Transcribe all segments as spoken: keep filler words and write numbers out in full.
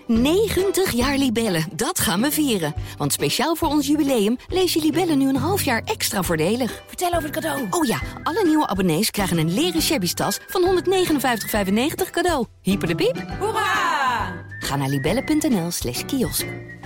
negentig jaar Libellen, dat gaan we vieren. Want speciaal voor ons jubileum lees je Libellen nu een half jaar extra voordelig. Vertel over het cadeau. Oh ja, alle nieuwe abonnees krijgen een leren shabby tas van honderdnegenenvijftig vijfennegentig cadeau. Hyper de piep. Hoera! Ga naar libellen.nl slash kiosk.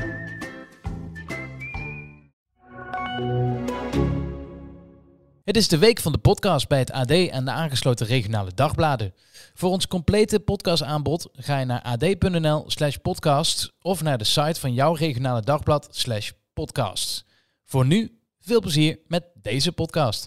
Het is de week van de podcast bij het A D en de aangesloten regionale dagbladen. Voor ons complete podcastaanbod ga je naar ad.nl slash podcast of naar de site van jouw regionale dagblad slash podcasts. Voor nu, veel plezier met deze podcast.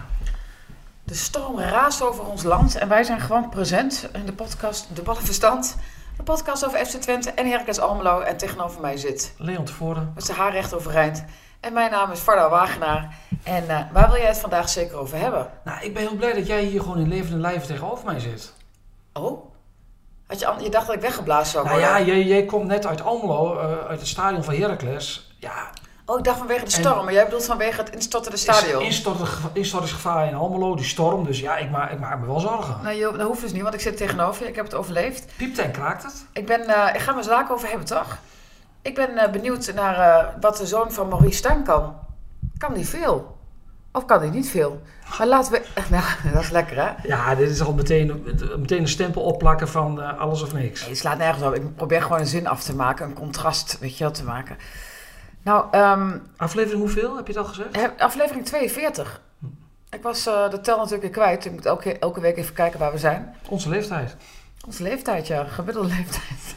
De storm raast over ons land en wij zijn gewoon present in de podcast De Ballenverstand. De podcast over F C Twente en Heracles Almelo. En tegenover mij zit Leon Tevoren. met zijn haar recht overeind. En mijn naam is Varda Wagenaar. En uh, waar wil jij het vandaag zeker over hebben? Nou, ik ben heel blij dat jij hier gewoon in levende lijven tegenover mij zit. Oh? Had je, an- je dacht dat ik weggeblazen zou Nou worden? ja, jij, jij komt net uit Almelo, uh, uit het stadion van Heracles. Ja, Oh, ik dacht vanwege de En- storm. Maar jij bedoelt vanwege het instortende stadion? is instorten- instortingsgevaar in Almelo, die storm. Dus ja, ik maak, ik maak me wel zorgen. Nou, joh, dat hoeft dus niet, want ik zit tegenover je. Ik heb het overleefd. Piept en kraakt het? Ik, ben, uh, ik ga mijn zaken over hebben, toch? Ik ben uh, benieuwd naar uh, wat de zoon van Maurice Stijn kan. Kan die veel? Of kan die niet veel? Maar laten we... Nou, dat is lekker, hè? Ja, dit is al meteen, meteen een stempel opplakken van uh, alles of niks. Nee, het slaat nergens op. Ik probeer gewoon een zin af te maken. Een contrast, weet je wel, te maken. Nou, um, Aflevering hoeveel, heb je het al gezegd? heb- aflevering tweeënveertig. Ik was uh, de tel natuurlijk weer kwijt. Ik moet elke, elke week even kijken waar we zijn. Onze leeftijd. Onze leeftijd, ja. Gemiddelde leeftijd.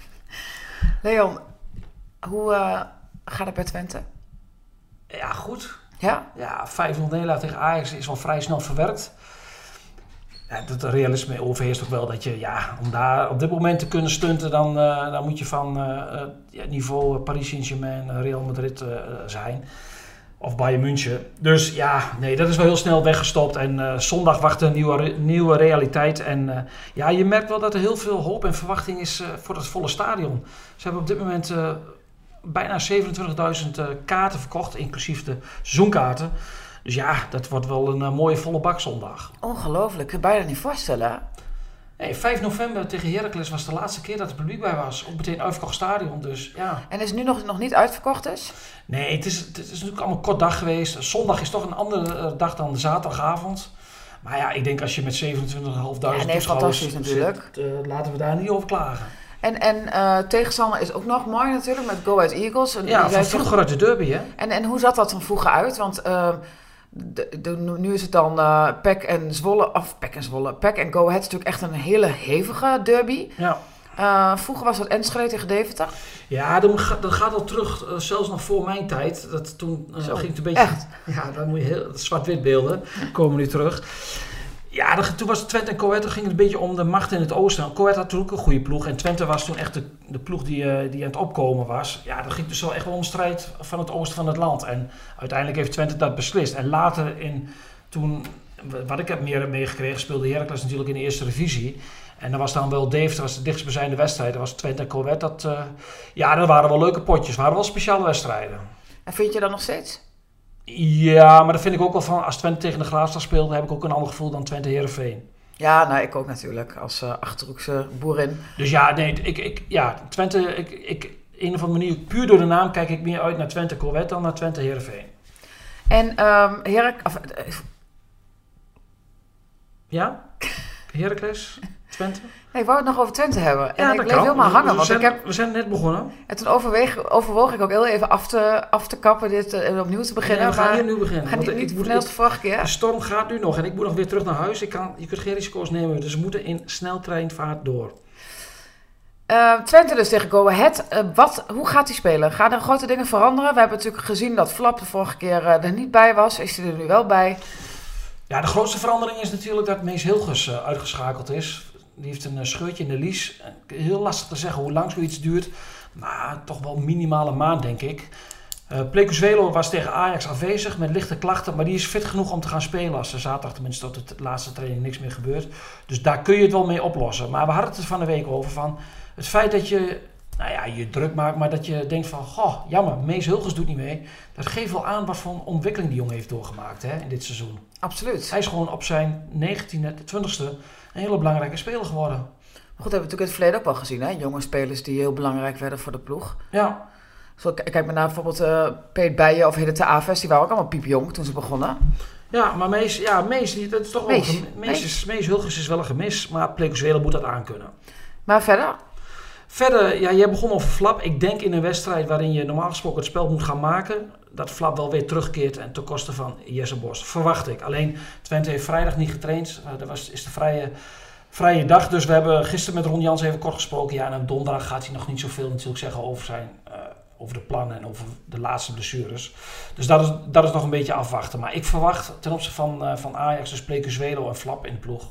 Leon, hoe uh, gaat het bij Twente? Ja, goed. Ja? Ja, vijf nul nederlaag tegen Ajax is wel vrij snel verwerkt. Ja, het realisme overheerst ook wel dat je, ja, om daar op dit moment te kunnen stunten, dan, uh, dan moet je van uh, uh, ja, niveau Paris Saint-Germain, uh, Real Madrid uh, zijn. Of Bayern München. Dus ja, nee, dat is wel heel snel weggestopt. En uh, zondag wacht een nieuwe, re- nieuwe realiteit. En uh, ja, je merkt wel dat er heel veel hoop en verwachting is uh, voor het volle stadion. Ze hebben op dit moment uh, bijna zevenentwintigduizend uh, kaarten verkocht, inclusief de seizoenkaarten. Dus ja, dat wordt wel een uh, mooie volle bak zondag. Ongelooflijk. Ik kan je bijna niet voorstellen, hè? Nee, vijf november tegen Heracles was de laatste keer dat het publiek bij was. Ook meteen uitverkocht stadion, dus ja. En is het nu nog, nog niet uitverkocht dus? Nee, het is, het is natuurlijk allemaal een kort dag geweest. Zondag is toch een andere uh, dag dan de zaterdagavond. Maar ja, ik denk als je met zevenentwintigduizend Ja, nee, toeschouwers fantastisch natuurlijk. zit, uh, laten we daar niet over klagen. En, en uh, tegenstander is ook nog mooi natuurlijk met Go Ahead Eagles. En, Ja, die van zijn- vroeger uit de derby, hè? en, en hoe zat dat van vroeger uit? Want uh, de, de, nu is het dan uh, P E C en Zwolle, of P E C en Zwolle. P E C en Go Ahead is natuurlijk echt een hele hevige derby. Ja. Uh, vroeger was dat Enschede tegen Deventer. Ja, dat ga- dat gaat al terug, uh, zelfs nog voor mijn tijd. Dat toen uh, Zo, ging het een beetje... echt? Ja, dan moet je heel... Zwart-wit beelden komen nu terug. Ja, dan, toen was het Twente en Go Ahead, toen ging het een beetje om de macht in het oosten. Go Ahead had toen ook een goede ploeg. En Twente was toen echt de, de ploeg die, uh, die aan het opkomen was. Ja, dan ging het dus wel echt wel om strijd van het oosten van het land. En uiteindelijk heeft Twente dat beslist. En later, in, toen, wat ik heb meer meegekregen, speelde Heracles natuurlijk in de eerste divisie. En dan was dan wel Deventer, was de dichtstbijzijnde wedstrijd. Dat was Twente en Go Ahead. Dat, uh, ja, dat waren wel leuke potjes. waren wel speciale wedstrijden. En vind je dat nog steeds? Ja, maar dat vind ik ook wel van, als Twente tegen de Graafschap speelt, heb ik ook een ander gevoel dan Twente Heerenveen. Ja, nou ik ook natuurlijk. Als uh, Achterhoekse boerin. Dus ja, nee, ik, ik, ja, Twente, ik, ik, een of andere manier, puur door de naam, kijk ik meer uit naar Twente Go Ahead dan naar Twente Heerenveen. En um, Herk... Of, uh, Ja? Heracles? Twente? nee, ik wou het nog over Twente hebben. En Ja, ik dat bleef kan. helemaal hangen. we, Want zijn, ik heb, we zijn net begonnen. en toen overweeg, overwoog ik ook heel even af te, af te kappen, dit uh, opnieuw te beginnen. Nee, we gaan maar hier nu beginnen. we gaan niet, want niet ik moet- net als de vorige keer. de storm gaat nu nog en ik moet nog weer terug naar huis. Ik kan, je kunt geen risico's nemen, dus we moeten in sneltreinvaart door. Uh, Twente dus tegen Go Ahead. Uh, wat, hoe gaat hij spelen? Gaan er grote dingen veranderen? We hebben natuurlijk gezien dat Flap de vorige keer uh, er niet bij was. Is hij er nu wel bij? Ja, de grootste verandering is natuurlijk dat Mees Hilgers uh, uitgeschakeld is. Die heeft een uh, scheurtje in de lies. Uh, heel lastig te zeggen hoe lang zoiets duurt. Maar toch wel een minimale maand, denk ik. Uh, Plekusvelo was tegen Ajax afwezig met lichte klachten. Maar die is fit genoeg om te gaan spelen als er zaterdag tenminste tot de laatste training niks meer gebeurt. Dus daar kun je het wel mee oplossen. Maar we hadden het er van de week over van het feit dat je nou ja, je druk maakt, maar dat je denkt van, goh, jammer, Mees Hilgers doet niet mee. Dat geeft wel aan wat voor ontwikkeling die jongen heeft doorgemaakt hè, in dit seizoen. Absoluut. Hij is gewoon op zijn negentiende, twintigste een hele belangrijke speler geworden. goed, hebben we natuurlijk in het verleden ook wel gezien, hè? Jonge spelers die heel belangrijk werden voor de ploeg. Ja. Zo, kijk maar naar bijvoorbeeld uh, Peet Bijen of Hidde Aves, die waren ook allemaal piepjong toen ze begonnen. Ja, maar Mees, ja, Mees, die, dat is toch Mees. wel... Mees, Mees, is, Mees Hilgers is wel een gemis, maar Plekosuelo moet dat aankunnen. Maar verder? Verder, ja, jij begon over Flap. Ik denk in een wedstrijd waarin je normaal gesproken het spel moet gaan maken, dat Flap wel weer terugkeert en ten koste van Jesse Bos. Verwacht ik. Alleen Twente heeft vrijdag niet getraind. Uh, dat was, is de vrije, vrije dag. Dus we hebben gisteren met Ron Jans even kort gesproken. Ja, en op donderdag gaat hij nog niet zoveel natuurlijk zeggen over zijn... Uh, over de plannen en over de laatste blessures. Dus dat is, dat is nog een beetje afwachten. Maar ik verwacht ten opzichte van, uh, van Ajax, dus Plekosuelo en Flap in de ploeg.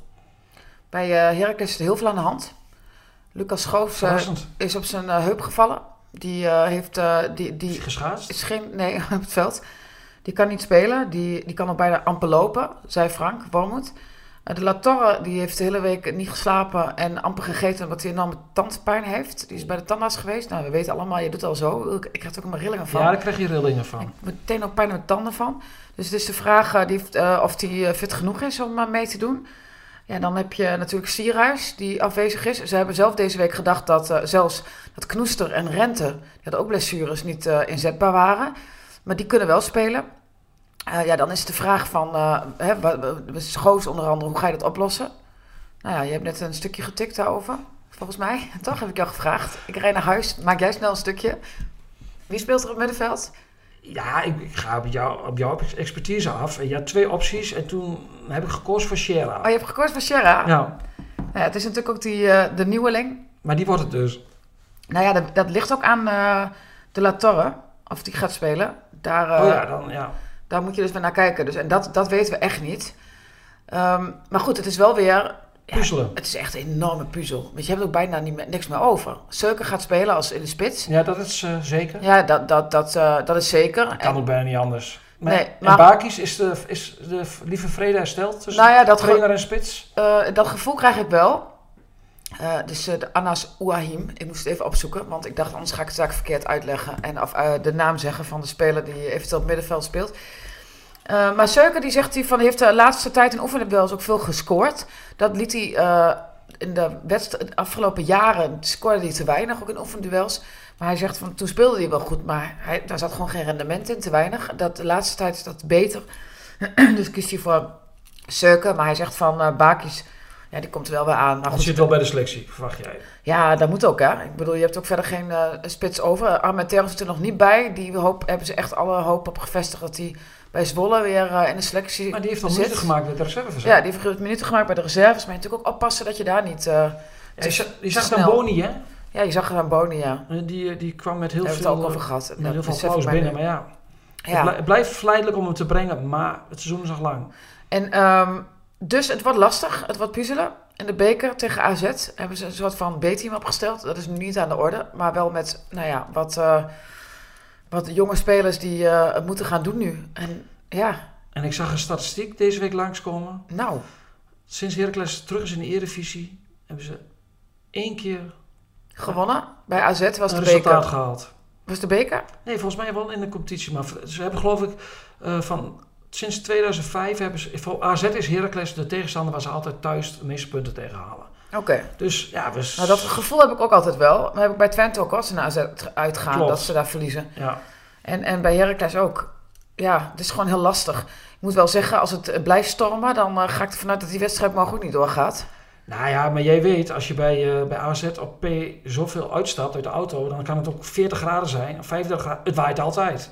Bij uh, Heracles is er heel veel aan de hand. Lucas Schoofs uh, is op zijn uh, heup gevallen. Die uh, heeft... Uh, die, die is geschaatst? Is geen, nee, op het veld. Die kan niet spelen. Die, die kan nog bijna amper lopen, zei Frank Wormoed. Uh, de Latorre die heeft de hele week niet geslapen en amper gegeten omdat hij enorme tandpijn heeft. Die is bij de tandarts geweest. Nou, we weten allemaal, je doet het al zo. Ik, ik krijg er ook maar rillingen van. Ja, daar krijg je rillingen van. Ik heb meteen ook pijn in mijn tanden van. Dus het is de vraag uh, die heeft, uh, of hij uh, fit genoeg is om uh, mee te doen. Ja, dan heb je natuurlijk Sierhuis, die afwezig is. Ze hebben zelf deze week gedacht dat uh, zelfs dat Knoester en Rente, die hadden ook blessures, niet uh, inzetbaar waren. Maar die kunnen wel spelen. Uh, ja, dan is de vraag van, uh, hè, Schoos onder andere, hoe ga je dat oplossen? Nou ja, je hebt net een stukje getikt daarover, volgens mij. Toch heb ik jou gevraagd. Ik rijd naar huis, maak jij snel een stukje. Wie speelt er op het middenveld? Ja, ik, ik ga op, jou, op jouw expertise af. Je had twee opties en toen heb ik gekozen voor Sierra. Oh, je hebt gekozen voor Sierra? Ja. Nou ja, het is natuurlijk ook die, uh, de nieuweling. Maar die wordt het dus. Nou ja, dat, dat ligt ook aan uh, de Latorre, of die gaat spelen. Daar, uh, oh ja, dan ja. Daar moet je dus weer naar kijken. Dus, en dat, dat weten we echt niet. Um, maar goed, het is wel weer... Ja, puzzelen. Het is echt een enorme puzzel. Want je hebt ook bijna niet meer, niks meer over. Seuken gaat spelen als in de spits. Ja, dat is uh, zeker. Ja, dat, dat, dat, uh, dat is zeker. Dat kan en, ook bijna niet anders. Maar, nee, en maar, Bakis, is de, is de lieve vrede hersteld tussen nou ja, dat trainer en spits? Uh, dat gevoel krijg ik wel. Uh, dus uh, de Anas Ouahim, ik moest het even opzoeken, want ik dacht anders ga ik het zaak verkeerd uitleggen en of, uh, de naam zeggen van de speler die eventueel op het middenveld speelt. Uh, maar Seuken die zegt hij van heeft de laatste tijd in oefenduels ook veel gescoord. Dat liet hij uh, in de wedstrijd, afgelopen jaren scoorde hij te weinig ook in oefenduels. Maar hij zegt van toen speelde hij wel goed, maar hij, daar zat gewoon geen rendement in, te weinig. Dat de laatste tijd is dat beter. Dus kiest hij voor Seuken, maar hij zegt van uh, Bakis. Ja, die komt er wel weer aan. Dat zit wel bij de selectie, verwacht jij? Ja, dat moet ook, hè. Ik bedoel, je hebt ook verder geen uh, spits over. Armenteros zit er nog niet bij. Die hoop, hebben ze echt alle hoop op gevestigd dat hij bij Zwolle weer uh, in de selectie Maar die heeft al zit. minuten gemaakt bij de reserves. Ja, die heeft minuten gemaakt bij de reserves. Maar je moet natuurlijk ook oppassen dat je daar niet... Uh, ja, je, zag, je zag dan Boni, hè? Ja, je zag dan Boni, ja. Die, die kwam met heel daar veel... Daar hebben we het ook over gehad. Met heel veel applaus binnen, maar ja. ja. Het blijft verleidelijk om hem te brengen, maar het seizoen is nog lang. En um, dus het wordt lastig. Het wordt puzzelen. In de beker tegen A Z hebben ze een soort van B-team opgesteld. Dat is nu niet aan de orde. Maar wel met, nou ja, wat, uh, wat jonge spelers die uh, het moeten gaan doen nu. En ja. En ik zag een statistiek deze week langskomen. Nou. Sinds Heracles terug is in de Eredivisie, hebben ze één keer... gewonnen. Bij A Z was de beker. Een resultaat gehaald. Was de beker? Nee, volgens mij wel in de competitie. Maar ze hebben geloof ik uh, van... Sinds tweeduizend vijf hebben ze... Voor A Z is Heracles de tegenstander waar ze altijd thuis de meeste punten tegen halen. Oké. Okay. Dus ja, we... Nou, dat gevoel heb ik ook altijd wel. Maar heb ik bij Twente ook als ze naar A Z uitgaan. Klopt. Dat ze daar verliezen. Ja. En, en bij Heracles ook. Ja, het is gewoon heel lastig. Ik moet wel zeggen, als het blijft stormen, dan uh, ga ik ervan uit dat die wedstrijd morgen ook niet doorgaat. Nou ja, maar jij weet, als je bij, uh, bij A Z op P zoveel uitstapt uit de auto, dan kan het ook veertig graden zijn, of vijfendertig graden. Het waait altijd.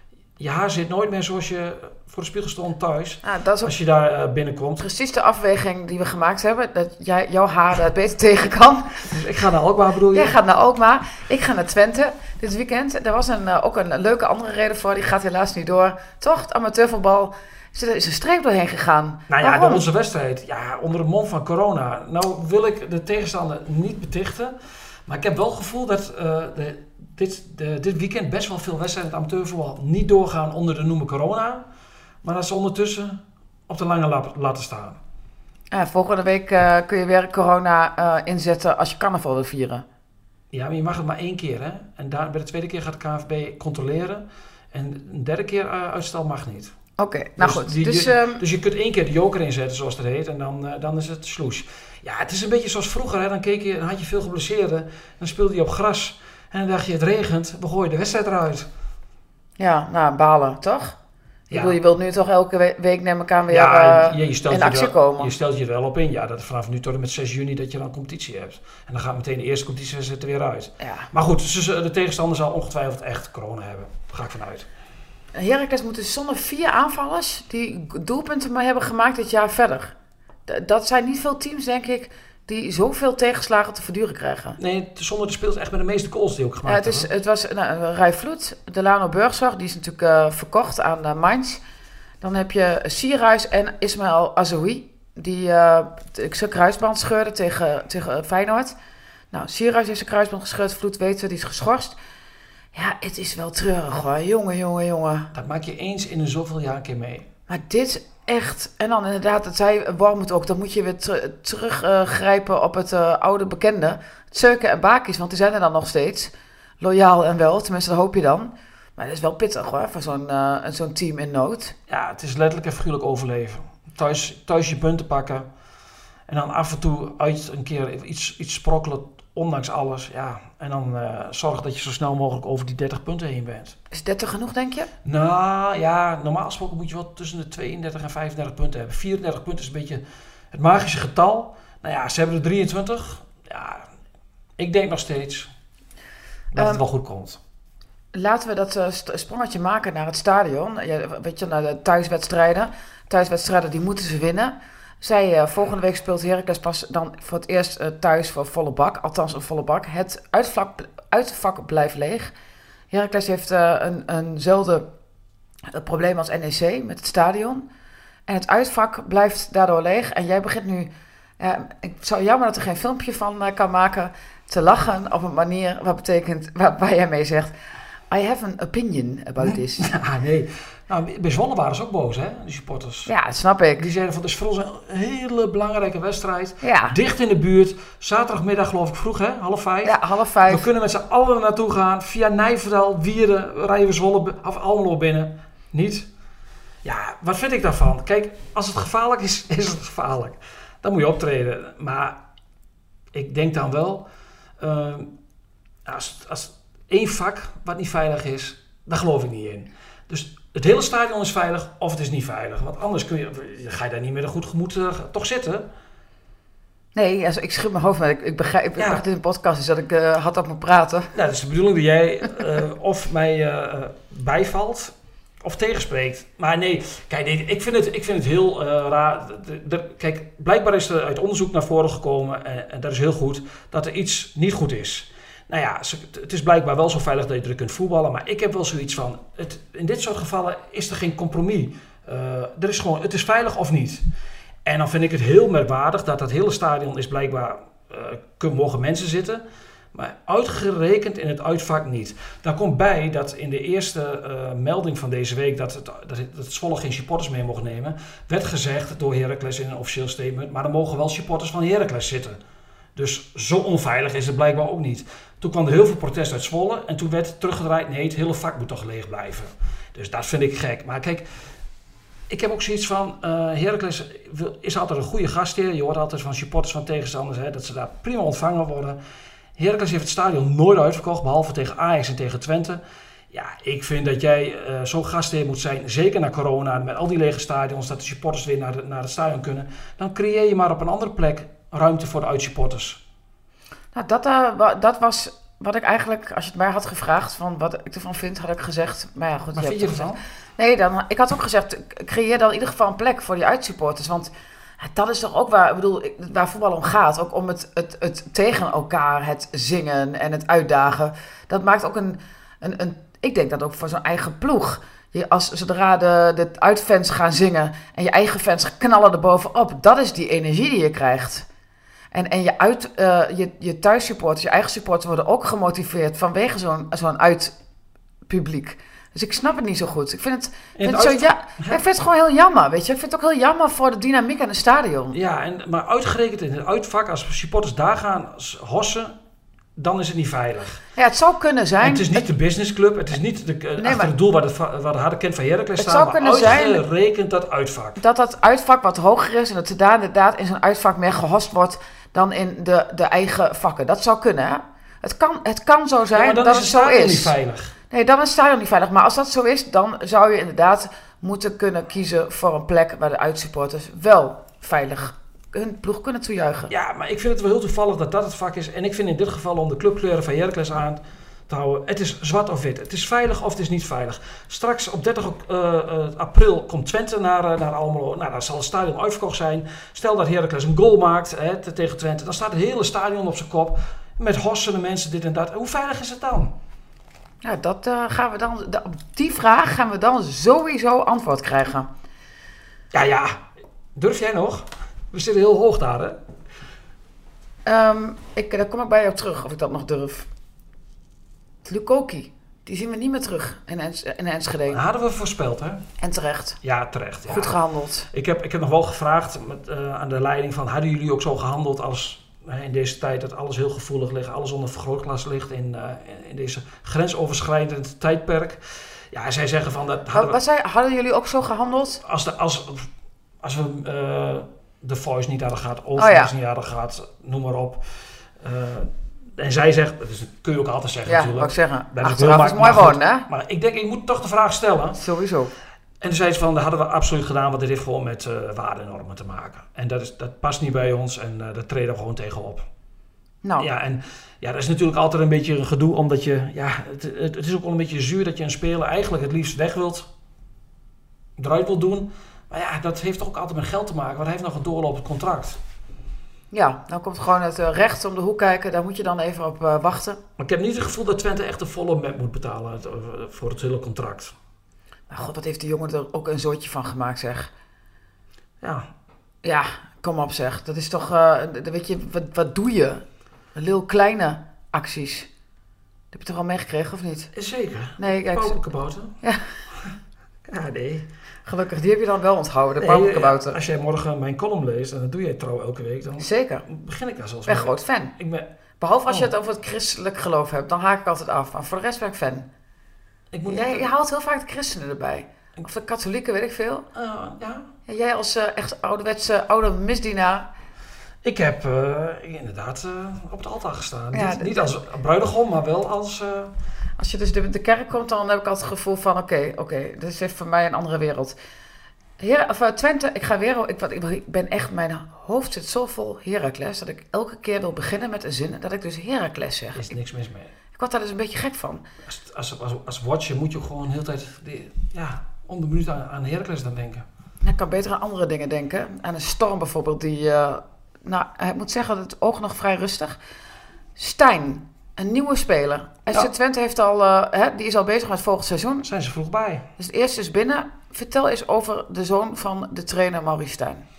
Je haar zit nooit meer zoals je voor de spiegel stond thuis, ja, dat is als je daar uh, binnenkomt. Precies de afweging die we gemaakt hebben, dat jij, jouw haar het beter tegen kan. Dus ik ga naar Alkmaar, bedoel je? Jij gaat naar Alkmaar, ik ga naar Twente dit weekend. Er was een, uh, ook een leuke andere reden voor, die gaat helaas niet door. Toch, het amateurvoetbal, er is een streep doorheen gegaan. Nou ja, Waarom? Onze wedstrijd, ja, onder het mom van corona. Nou wil ik de tegenstander niet betichten, maar ik heb wel het gevoel dat uh, de, dit, de, dit weekend best wel veel wedstrijden in het amateurvoetbal niet doorgaan onder de noemer corona. Maar dat ze ondertussen op de lange lap laten staan. Ja, volgende week uh, kun je weer corona uh, inzetten als je carnaval wil vieren. Ja, maar je mag het maar één keer, hè. En daar, bij de tweede keer gaat de K N V B controleren. En een derde keer uh, uitstel mag niet. Oké, okay, nou dus goed. Die, dus, je, um... dus je kunt één keer de joker inzetten, zoals dat heet, en dan, uh, dan is het sloes. Ja, het is een beetje zoals vroeger, hè. Dan, keek je, dan had je veel geblesseerden, dan speelde je op gras. En dan dacht je, het regent, we gooien de wedstrijd eruit. Ja, nou, balen, toch? Ja. Ik bedoel, je wilt nu toch elke week neem elkaar weer ja, uh, je, je stelt in actie je wel, komen. Je stelt je er wel op in, ja, dat vanaf nu tot en met zes juni dat je dan competitie hebt. En dan gaat meteen de eerste competitiewedstrijd er weer uit. Ja. Maar goed, de tegenstander zal ongetwijfeld echt corona hebben. Daar ga ik vanuit. Heracles moet dus zonder vier aanvallers die doelpunten maar hebben gemaakt dit jaar verder. D- dat zijn niet veel teams, denk ik, die zoveel tegenslagen te verduren krijgen. Nee, zonder de speelt echt met de meeste goals die ook gemaakt ja, het is, hebben. Het was nou, Rai Vloed, Delano Burgzorg, die is natuurlijk uh, verkocht aan uh, Mainz. Dan heb je Sierhuis en Ismaël Azoui, die uh, zijn kruisband scheurde tegen, tegen Feyenoord. Nou, Sierhuis heeft zijn kruisband gescheurd, Vloed weten we, die is geschorst. Ja, het is wel treurig hoor. Jongen, jongen, jongen. Dat maak je eens in een zoveel jaar een keer mee. Maar dit echt... En dan inderdaad, dat zei Wormoed ook, dan moet je weer ter, teruggrijpen uh, op het uh, oude bekende. Zeuken en Bakis, want die zijn er dan nog steeds. Loyaal en wel, tenminste dat hoop je dan. Maar dat is wel pittig hoor, voor zo'n, uh, zo'n team in nood. Ja, het is letterlijk en figuurlijk overleven. Thuis, thuis je punten pakken. En dan af en toe uit een keer iets, iets sprokkelen, ondanks alles. Ja, en dan uh, zorg dat je zo snel mogelijk over die dertig punten heen bent. Is dertig genoeg, denk je? Nou ja, normaal gesproken moet je wel tussen de tweeëndertig en vijfendertig punten hebben. vierendertig punten is een beetje het magische getal. Nou ja, ze hebben er drieëntwintig. Ja, ik denk nog steeds dat um, het wel goed komt. Laten we dat uh, sprongetje maken naar het stadion. Ja, weet je, naar de thuiswedstrijden. Thuiswedstrijden, die moeten ze winnen. Zij, uh, volgende week speelt Heracles pas dan voor het eerst uh, thuis voor volle bak. Althans een volle bak. Het uitvak, uitvak blijft leeg. Heracles heeft uh, een, eenzelfde uh, probleem als N E C met het stadion. En het uitvak blijft daardoor leeg. En jij begint nu... Uh, ik zou jammer dat er geen filmpje van uh, kan maken. Te lachen op een manier wat betekent... Waar, waar jij mee zegt... I have an opinion about this. Ja, nee. Nou, bij Zwolle waren ze ook boos, hè, de supporters. Ja, dat snap ik. Die zeiden van, het is voor ons een hele belangrijke wedstrijd. Ja. Dicht in de buurt. Zaterdagmiddag geloof ik vroeg, hè, half vijf. Ja, half vijf. We kunnen met z'n allen er naartoe gaan. Via Nijverdal, Wieren, rijden we Zwolle of Almelo binnen. Niet. Ja, wat vind ik daarvan? Kijk, als het gevaarlijk is, is het gevaarlijk. Dan moet je optreden. Maar ik denk dan wel... Uh, als, als één vak wat niet veilig is, daar geloof ik niet in. Dus het hele stadion is veilig of het is niet veilig. Want anders kun je, ga je daar niet met een goed gemoed uh, toch zitten. Nee, also, ik schud mijn hoofd, maar ik, ik begrijp ik ja. dat dit een podcast is dat ik uh, hard op moet praten. Nou, dat is de bedoeling dat jij uh, of mij uh, bijvalt of tegenspreekt. Maar nee, kijk, nee, ik, vind het, ik vind het heel uh, raar. De, de, kijk, blijkbaar is er uit onderzoek naar voren gekomen, en, en dat is heel goed, dat er iets niet goed is. Nou ja, het is blijkbaar wel zo veilig dat je er kunt voetballen, maar ik heb wel zoiets van, het, in dit soort gevallen is er geen compromis. Uh, er is gewoon, het is veilig of niet. En dan vind ik het heel merkwaardig dat dat hele stadion is blijkbaar, uh, mogen mensen zitten, maar uitgerekend in het uitvak niet. Daar komt bij dat in de eerste uh, melding van deze week, dat het, dat het, dat het Zwolle geen supporters mee mocht nemen, werd gezegd door Heracles in een officieel statement, maar er mogen wel supporters van Heracles zitten. Dus zo onveilig is het blijkbaar ook niet. Toen kwam er heel veel protest uit Zwolle en toen werd teruggedraaid, nee, het hele vak moet toch leeg blijven. Dus dat vind ik gek. Maar kijk, ik heb ook zoiets van, uh, Heracles is altijd een goede gastheer. Je hoort altijd van supporters van tegenstanders, hè, dat ze daar prima ontvangen worden. Heracles heeft het stadion nooit uitverkocht, behalve tegen Ajax en tegen Twente. Ja, ik vind dat jij uh, zo'n gastheer moet zijn, zeker na corona, met al die lege stadions, dat de supporters weer naar, de, naar het stadion kunnen. Dan creëer je maar op een andere plek ruimte voor de uitsupporters. Nou, dat, uh, dat was wat ik eigenlijk, als je het mij had gevraagd, van wat ik ervan vind, had ik gezegd. Maar ja, goed. Maar je vind je ervan? Nee, dan, ik had ook gezegd, creëer dan in ieder geval een plek voor die uitsupporters. Want ja, dat is toch ook waar, ik bedoel, waar voetbal om gaat. Ook om het, het, het tegen elkaar, het zingen en het uitdagen. Dat maakt ook een, een, een ik denk dat ook voor zo'n eigen ploeg. Je, als, zodra de, de uitfans gaan zingen en je eigen fans knallen er bovenop, dat is die energie die je krijgt. En, en je, uit, uh, je, je thuissupporters, je eigen supporters worden ook gemotiveerd vanwege zo'n, zo'n uitpubliek. Dus ik snap het niet zo goed. Ik vind het, vind het, het zo, ja, ik vind het gewoon heel jammer, weet je. Ik vind het ook heel jammer voor de dynamiek aan het stadion. Ja, en, maar uitgerekend in het uitvak, als supporters daar gaan hossen, dan is het niet veilig. Ja, het zou kunnen zijn. En het is niet de businessclub, het is niet de, uh, nee, achter het doel waar de, waar de harde kern van Heracles staat, maar kunnen uitgerekend dat uitvak. Dat dat uitvak wat hoger is en dat er daar inderdaad in zo'n uitvak meer gehost wordt dan in de, de eigen vakken. Dat zou kunnen, hè? Het kan, het kan zo zijn ja, dat het, het zo is. Niet veilig. Nee, dan is het stadion niet veilig. Maar als dat zo is, dan zou je inderdaad moeten kunnen kiezen voor een plek waar de uitsupporters wel veilig hun ploeg kunnen toejuichen. Ja, maar ik vind het wel heel toevallig dat dat het vak is. En ik vind in dit geval om de clubkleuren van Heracles aan te houden, het is zwart of wit. Het is veilig of het is niet veilig. Straks op dertig april komt Twente naar, uh, naar Almelo. Nou, dan zal het stadion uitverkocht zijn. Stel dat Heracles een goal maakt hè, tegen Twente, dan staat het hele stadion op zijn kop. Met hossende mensen, dit en dat. Hoe veilig is het dan? Ja, dat uh, gaan we dan. De, op die vraag gaan we dan sowieso antwoord krijgen. Ja, ja. Durf jij nog? We zitten heel hoog daar, hè? Um, ik, daar kom ik bij jou terug, of ik dat nog durf. Lukoki, die zien we niet meer terug in, Ens, in Enschede. Dat hadden we voorspeld, hè? En terecht. Ja, terecht. Ja. Goed gehandeld. Ik heb, ik heb nog wel gevraagd met, uh, aan de leiding van, hadden jullie ook zo gehandeld als in deze tijd dat alles heel gevoelig ligt, alles onder vergrootglas ligt in, uh, in deze grensoverschrijdend tijdperk. Ja, zij zeggen van dat... Hadden, wat, wat zei, hadden jullie ook zo gehandeld? Als, de, als, als we uh, The Voice niet hadden gehad, Overmars oh, ja. niet hadden gehad, noem maar op. Uh, en zij zegt, dat kun je ook altijd zeggen ja, natuurlijk. Ja, ik zeggen. Dat Achteraf is mooi wonen, hè? Maar ik denk, ik moet toch de vraag stellen. Sowieso. En toen zei ze van, dat hadden we absoluut gedaan, want dit heeft gewoon met uh, waardenormen te maken. En dat, is, dat past niet bij ons en uh, daar treden we gewoon tegenop. Nou. Ja, en ja, dat is natuurlijk altijd een beetje een gedoe, omdat je, ja, het, het, het is ook wel een beetje zuur dat je een speler eigenlijk het liefst weg wilt, eruit wilt doen. Maar ja, dat heeft toch ook altijd met geld te maken, want hij heeft nog een doorlopend contract. Ja, dan komt gewoon het uh, recht om de hoek kijken, daar moet je dan even op uh, wachten. Maar ik heb niet het gevoel dat Twente echt de volle map moet betalen het, uh, voor het hele contract. Maar god, wat heeft die jongen er ook een zootje van gemaakt, zeg. Ja. Ja, kom op zeg. Dat is toch, uh, weet je, wat, wat doe je? Heel kleine acties. Dat heb je toch al meegekregen, of niet? Zeker. Nee, kijk. Pauperkabouter. Ja. Ja, nee. Gelukkig, die heb je dan wel onthouden, de pauperkabouter. Als jij morgen mijn column leest, en dat doe jij trouw elke week, dan Zeker. begin ik daar zelfs mee. Ik ben mee. groot fan. Ik ben... Behalve als oh. je het over het christelijk geloof hebt, dan haak ik altijd af. Maar voor de rest ben ik fan. Ik moet jij, niet... Je haalt heel vaak de christenen erbij. Of de katholieken, weet ik veel. Uh, ja. Ja, jij als uh, echt ouderwetse oude misdienaar. Ik heb uh, inderdaad uh, op het altaar gestaan. Ja, niet, de, niet als bruidegom, maar wel als... Uh... Als je dus de, de kerk komt, dan heb ik altijd het gevoel van... Oké, okay, oké, okay, dit is voor mij een andere wereld. Her, of, uh, Twente, ik ga weer... Ik, wat, ik ben echt... Mijn hoofd zit zo vol Heracles... dat ik elke keer wil beginnen met een zin... dat ik dus Heracles zeg. Er is niks mis mee. Ik word daar dus een beetje gek van. Als, als, als, als watcher moet je gewoon de hele tijd... De, ja, om de minuut aan, aan Heracles dan denken. Ik kan beter aan andere dingen denken. Aan een storm bijvoorbeeld die... Uh, nou, ik moet zeggen, het oog nog vrij rustig. Stijn, een nieuwe speler. F C ja. Twente heeft al, uh, hè, die is al bezig met volgend seizoen. Zijn ze vroeg bij. Dus het eerste is binnen. Vertel eens over de zoon van de trainer Maurice Stijn.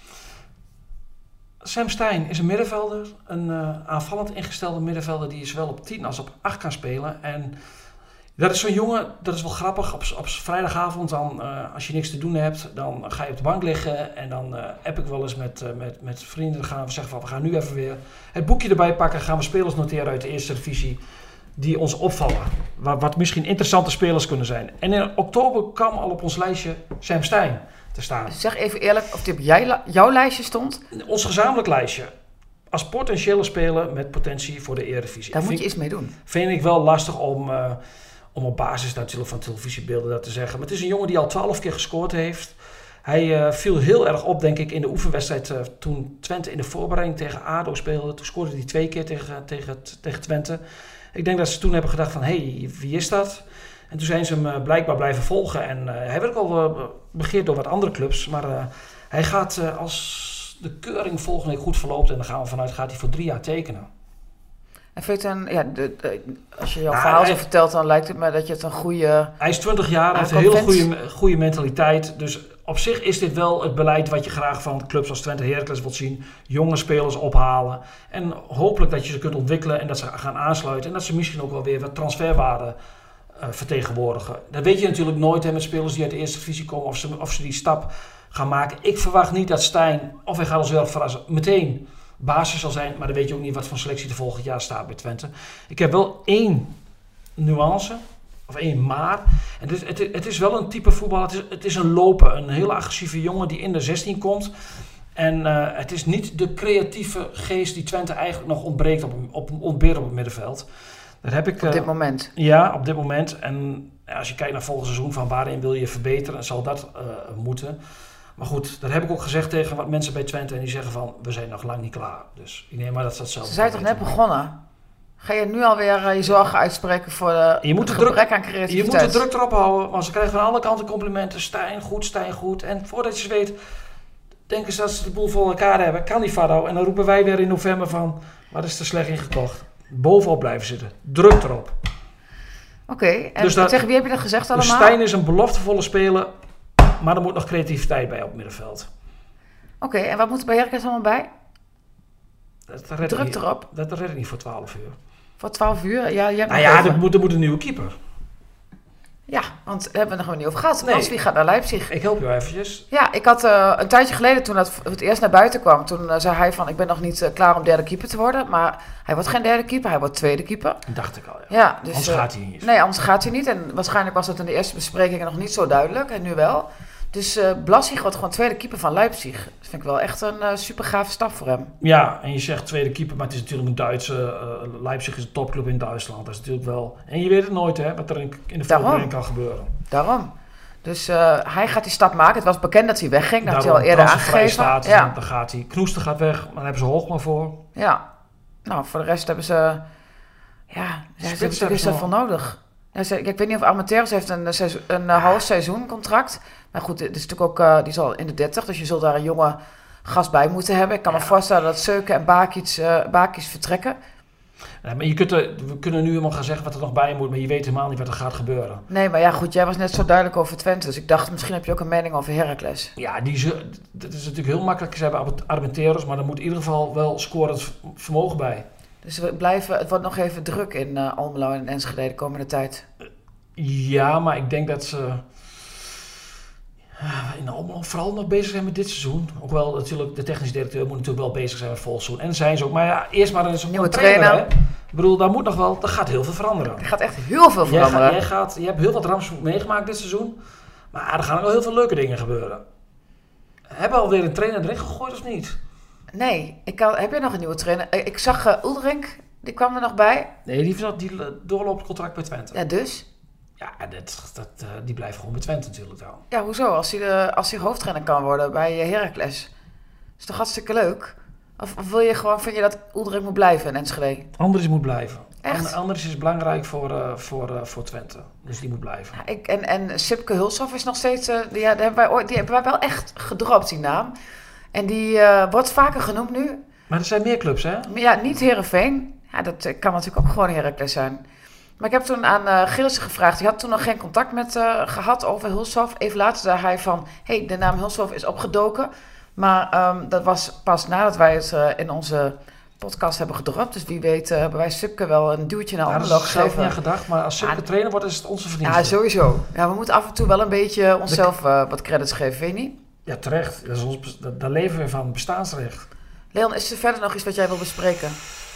Sam Stein is een middenvelder. Een uh, aanvallend ingestelde middenvelder die zowel op tien als op acht kan spelen. En dat is zo'n jongen, dat is wel grappig. Op, op vrijdagavond, dan, uh, als je niks te doen hebt, dan ga je op de bank liggen. En dan uh, app ik wel eens met, uh, met, met vrienden. Dan gaan we zeggen van, we gaan nu even weer het boekje erbij pakken. Gaan we spelers noteren uit de eerste divisie die ons opvallen. Wat, wat misschien interessante spelers kunnen zijn. En in oktober kwam al op ons lijstje Sam Stein te staan. Zeg even eerlijk of die op jij, jouw lijstje stond? Ons gezamenlijk lijstje. Als potentiële speler met potentie voor de Eredivisie. Daar moet je iets mee doen. Vind ik wel lastig om... Uh, Om op basis natuurlijk van televisiebeelden dat te zeggen. Maar het is een jongen die al twaalf keer gescoord heeft. Hij uh, viel heel erg op, denk ik, in de oefenwedstrijd. Uh, toen Twente in de voorbereiding tegen A D O speelde. Toen scoorde hij twee keer tegen, tegen, tegen Twente. Ik denk dat ze toen hebben gedacht van, hé, hey, wie is dat? En toen zijn ze hem uh, blijkbaar blijven volgen. En uh, hij werd ook al uh, begeerd door wat andere clubs. Maar uh, hij gaat, uh, als de keuring volgende week goed verloopt... en dan gaan we vanuit, gaat hij voor drie jaar tekenen. En vind je het een, ja, de, de, als je jouw ja, verhaal hij, zo vertelt, dan lijkt het me dat je het een goede... Hij is twintig jaar, hij heeft een hele goede, goede mentaliteit. Dus op zich is dit wel het beleid wat je graag van clubs als Twente Heracles wilt zien. Jonge spelers ophalen. En hopelijk dat je ze kunt ontwikkelen en dat ze gaan aansluiten. En dat ze misschien ook wel weer wat transferwaarde uh, vertegenwoordigen. Dat weet je natuurlijk nooit hè, met spelers die uit de eerste divisie komen of ze, of ze die stap gaan maken. Ik verwacht niet dat Stijn, of hij gaat ons wel verrassen, meteen basis zal zijn. Maar dan weet je ook niet wat voor selectie er volgend jaar staat bij Twente. Ik heb wel één nuance, of één maar. En het, het, het is wel een type voetbal. Het is, het is een loper, een hele agressieve jongen die in de zestien komt. En uh, het is niet de creatieve geest die Twente eigenlijk nog ontbreekt op, op, ontbeert op het middenveld. Dat heb ik, op dit uh, moment? Ja, op dit moment. En ja, als je kijkt naar volgend seizoen, van waarin wil je verbeteren, zal dat uh, moeten. Maar goed, dat heb ik ook gezegd tegen wat mensen bij Twente. En die zeggen van, we zijn nog lang niet klaar. Dus ik neem maar dat ze dat zelf... Ze zijn toch net begonnen? Ga je nu alweer uh, je zorgen uitspreken voor de, je moet het de gebrek druk, aan creativiteit? Je moet de druk erop houden, want ze krijgen van alle kanten complimenten. Stijn goed, Stijn goed. En voordat je ze weet, denken ze dat ze de boel voor elkaar hebben. Kan die Fado. En dan roepen wij weer in november van, wat is er slecht ingekocht? Bovenop blijven zitten. Druk erop. Oké, okay, en dus dat, tegen wie heb je dat gezegd allemaal? Dus Stijn is een beloftevolle speler, maar er moet nog creativiteit bij op het middenveld. Oké, okay, en wat moet er bij Heracles allemaal bij? Dat red Druk niet, erop. Dat red ik niet voor twaalf uur. Voor twaalf uur? Ja, je hebt nou ja, er moet, er moet een nieuwe keeper. Ja, want daar hebben we het nog niet over gehad. Nee. Als wie gaat naar Leipzig? Ik help je eventjes. Ja, ik had uh, een tijdje geleden, toen dat het eerst naar buiten kwam, toen uh, zei hij van, ik ben nog niet uh, klaar om derde keeper te worden. Maar hij wordt geen derde keeper, hij wordt tweede keeper. Dat dacht ik al, ja. ja dus, anders uh, gaat hij niet. Nee, anders gaat hij niet. En waarschijnlijk was dat in de eerste besprekingen nog niet zo duidelijk. En nu wel. Dus uh, Blassie wordt gewoon tweede keeper van Leipzig. Dat vind ik wel echt een uh, super gave stap voor hem. Ja, en je zegt tweede keeper, maar het is natuurlijk een Duitse... Uh, Leipzig is een topclub in Duitsland. Dat is natuurlijk wel... En je weet het nooit, hè, wat er in, in de voorbereiding kan gebeuren. Daarom. Dus uh, hij gaat die stap maken. Het was bekend dat hij wegging. Dat had hij al eerder aangegeven. Status, ja. Dan gaat hij. Knoester gaat weg, maar daar hebben ze Hoogma voor. Ja. Nou, voor de rest hebben ze... Ja, ze hebben er veel nodig. Ja, ze, ik weet niet of Armenteros heeft een, seizoen, een uh, half seizoen contract. Maar goed, dit is natuurlijk ook, uh, die is al in de dertig. Dus je zult daar een jonge gast bij moeten hebben. Ik kan ja. me voorstellen dat Seuken en Bakic, uh, Bakic vertrekken. Ja, maar je kunt er, we kunnen nu helemaal gaan zeggen wat er nog bij moet, maar je weet helemaal niet wat er gaat gebeuren. Nee, maar ja goed, jij was net zo duidelijk over Twente, dus ik dacht misschien heb je ook een mening over Heracles. Ja, die, dat is natuurlijk heel makkelijk. Ze hebben Armenteros, maar er moet in ieder geval wel scorend vermogen bij. Dus we blijven, het wordt nog even druk in uh, Almelo en Enschede de komende tijd. Ja, maar ik denk dat ze in Almelo vooral nog bezig zijn met dit seizoen. Ook wel natuurlijk, de technische directeur moet natuurlijk wel bezig zijn met volgend seizoen. En zijn ze ook. Maar ja, eerst maar eens een nieuwe trainer. trainer. Hè? Ik bedoel, daar moet nog wel, er gaat heel veel veranderen. Er gaat echt heel veel veranderen. Jij, gaat, jij, gaat, jij hebt heel wat rampspoed meegemaakt dit seizoen. Maar er gaan ook wel heel veel leuke dingen gebeuren. Hebben we alweer een trainer erin gegooid of niet? Nee, ik kan, heb je nog een nieuwe trainer? Ik zag uh, Uldrink, die kwam er nog bij. Nee, die, die doorloopt contract bij Twente. Ja, dus? Ja, dat, dat, uh, die blijft gewoon bij Twente natuurlijk dan. Ja, hoezo? Als hij, de, als hij hoofdtrainer kan worden bij Heracles. Is toch hartstikke leuk? Of, of wil je gewoon, vind je dat Uldrink moet blijven in Enschede? Anders moet blijven. Echt? Anders is belangrijk voor, uh, voor, uh, voor Twente. Dus die moet blijven. Ja, ik, en, en Sipke Hulshoff is nog steeds... Uh, die, ja, die, hebben wij, die hebben wij wel echt gedropt, die naam. En die uh, wordt vaker genoemd nu. Maar er zijn meer clubs, hè? Ja, niet Heerenveen. Ja, dat uh, kan natuurlijk ook gewoon Heracles zijn. Maar ik heb toen aan uh, Gillissen gevraagd. Die had toen nog geen contact met uh, gehad over Hulshoff. Even later zei hij van... Hé, hey, de naam Hulshoff is opgedoken. Maar um, dat was pas nadat wij het uh, in onze podcast hebben gedropt. Dus wie weet uh, hebben wij Sipke wel een duwtje naar Almelo gegeven. gegeven. Ik heb niet aan gedacht, maar als Sipke ja, trainer wordt is het onze verdienste. Ja, sowieso. Ja, we moeten af en toe wel een beetje onszelf uh, wat credits geven, weet je niet? Ja, terecht. Dat is ons, dat, daar leven we van, bestaansrecht. Leon, is er verder nog iets wat jij wil bespreken?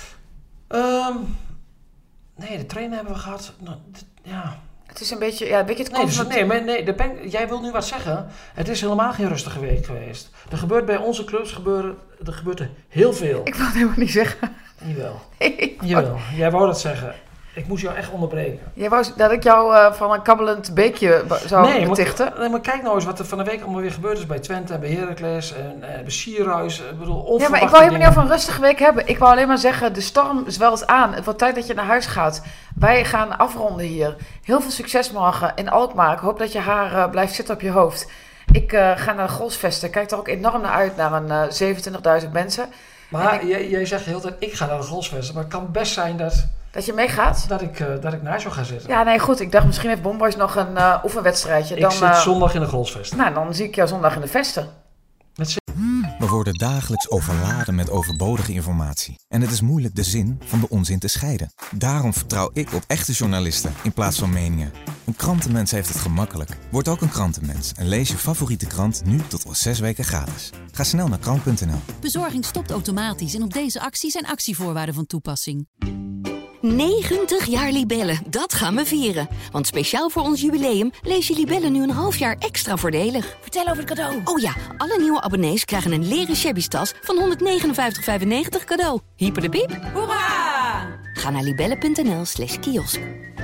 Um, nee, de trainer hebben we gehad. Nou, dit, ja... Het is een beetje, ja, weet je, het nee, komt dus, nee, maar nee, de pen, jij wil nu wat zeggen. Het is helemaal geen rustige week geweest. Er gebeurt bij onze clubs, gebeuren, er gebeurt er heel veel. Ik wil het helemaal niet zeggen. Jawel. Nee, Jawel, jij wou dat zeggen. Ik moest jou echt onderbreken. Jij wou dat ik jou uh, van een kabbelend beekje zou nee, betichten? Maar, nee, maar kijk nou eens wat er van de week allemaal weer gebeurd is bij Twente en bij Heracles en uh, bij Sierhuis. Ik bedoel, onverwachte Ja, maar ik wou helemaal dingen. niet over een rustige week hebben. Ik wou alleen maar zeggen, de storm zwelt aan. Het wordt tijd dat je naar huis gaat. Wij gaan afronden hier. Heel veel succes morgen in Alkmaar. Ik hoop dat je haar uh, blijft zitten op je hoofd. Ik uh, ga naar de Golfsvesten. Ik kijk er ook enorm naar uit, naar een uh, zevenentwintigduizend mensen. Maar ik, jij, jij zegt heel de hele tijd, ik ga naar de Golfsvesten. Maar het kan best zijn dat... Dat je meegaat? Dat ik, uh, dat ik naast jou ga zitten. Ja, nee, goed. Ik dacht, misschien heeft Bomboys nog een uh, oefenwedstrijdje. Ik dan, zit uh, zondag in de Golfsvesten. Nou, dan zie ik jou zondag in de vesten. Met We worden dagelijks overladen met overbodige informatie. En het is moeilijk de zin van de onzin te scheiden. Daarom vertrouw ik op echte journalisten in plaats van meningen. Een krantenmens heeft het gemakkelijk. Word ook een krantenmens en lees je favoriete krant nu tot wel zes weken gratis. Ga snel naar krant punt n l. Bezorging stopt automatisch en op deze actie zijn actievoorwaarden van toepassing. negentig jaar Libellen, dat gaan we vieren. Want speciaal voor ons jubileum lees je Libellen nu een half jaar extra voordelig. Vertel over het cadeau. Oh ja, alle nieuwe abonnees krijgen een leren shabby tas van honderdnegenenvijftig vijfennegentig cadeau. Hyper de piep. Hoera! Ga naar libellen punt n l slash kiosk.